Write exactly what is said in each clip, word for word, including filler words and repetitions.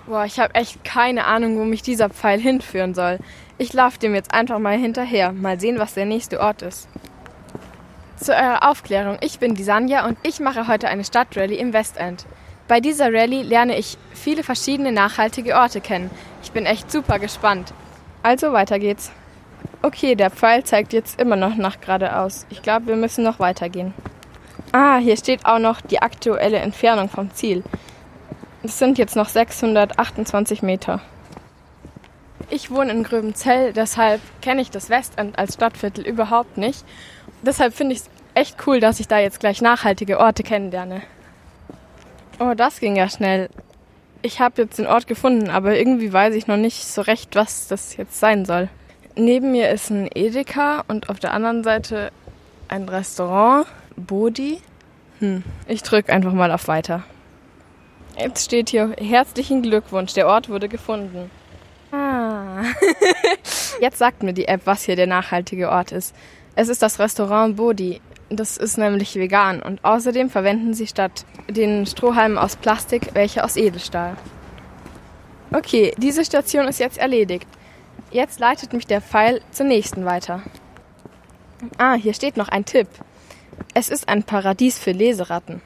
Boah, ich habe echt keine Ahnung, wo mich dieser Pfeil hinführen soll. Ich laufe dem jetzt einfach mal hinterher. Mal sehen, was der nächste Ort ist. Zu eurer Aufklärung, ich bin die Sanja und ich mache heute eine Stadtrallye im Westend. Bei dieser Rallye lerne ich viele verschiedene nachhaltige Orte kennen. Ich bin echt super gespannt. Also weiter geht's. Okay, der Pfeil zeigt jetzt immer noch nach geradeaus. Ich glaube, wir müssen noch weitergehen. Ah, hier steht auch noch die aktuelle Entfernung vom Ziel. Es sind jetzt noch sechshundertachtundzwanzig Meter. Ich wohne in Gröbenzell, deshalb kenne ich das Westend als Stadtviertel überhaupt nicht. Deshalb finde ich es echt cool, dass ich da jetzt gleich nachhaltige Orte kennenlerne. Oh, das ging ja schnell. Ich habe jetzt den Ort gefunden, aber irgendwie weiß ich noch nicht so recht, was das jetzt sein soll. Neben mir ist ein Edeka und auf der anderen Seite ein Restaurant. Bodi. Hm, ich drücke einfach mal auf Weiter. Jetzt steht hier, herzlichen Glückwunsch, der Ort wurde gefunden. Ah. Jetzt sagt mir die App, was hier der nachhaltige Ort ist. Es ist das Restaurant Bodi. Das ist nämlich vegan und außerdem verwenden sie statt den Strohhalmen aus Plastik welche aus Edelstahl. Okay, diese Station ist jetzt erledigt. Jetzt leitet mich der Pfeil zur nächsten weiter. Ah, hier steht noch ein Tipp. Es ist ein Paradies für Leseratten.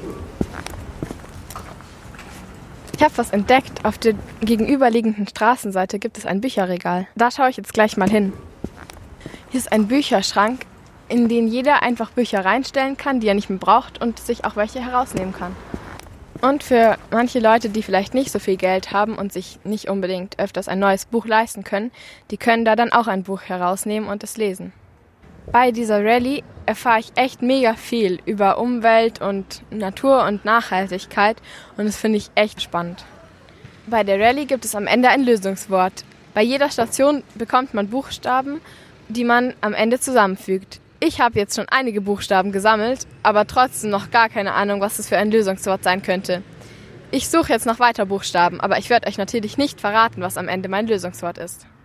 Ich habe was entdeckt. Auf der gegenüberliegenden Straßenseite gibt es ein Bücherregal. Da schaue ich jetzt gleich mal hin. Hier ist ein Bücherschrank, in den jeder einfach Bücher reinstellen kann, die er nicht mehr braucht und sich auch welche herausnehmen kann. Und für manche Leute, die vielleicht nicht so viel Geld haben und sich nicht unbedingt öfters ein neues Buch leisten können, die können da dann auch ein Buch herausnehmen und es lesen. Bei dieser Rallye erfahre ich echt mega viel über Umwelt und Natur und Nachhaltigkeit und das finde ich echt spannend. Bei der Rallye gibt es am Ende ein Lösungswort. Bei jeder Station bekommt man Buchstaben, die man am Ende zusammenfügt. Ich habe jetzt schon einige Buchstaben gesammelt, aber trotzdem noch gar keine Ahnung, was das für ein Lösungswort sein könnte. Ich suche jetzt noch weiter Buchstaben, aber ich werde euch natürlich nicht verraten, was am Ende mein Lösungswort ist.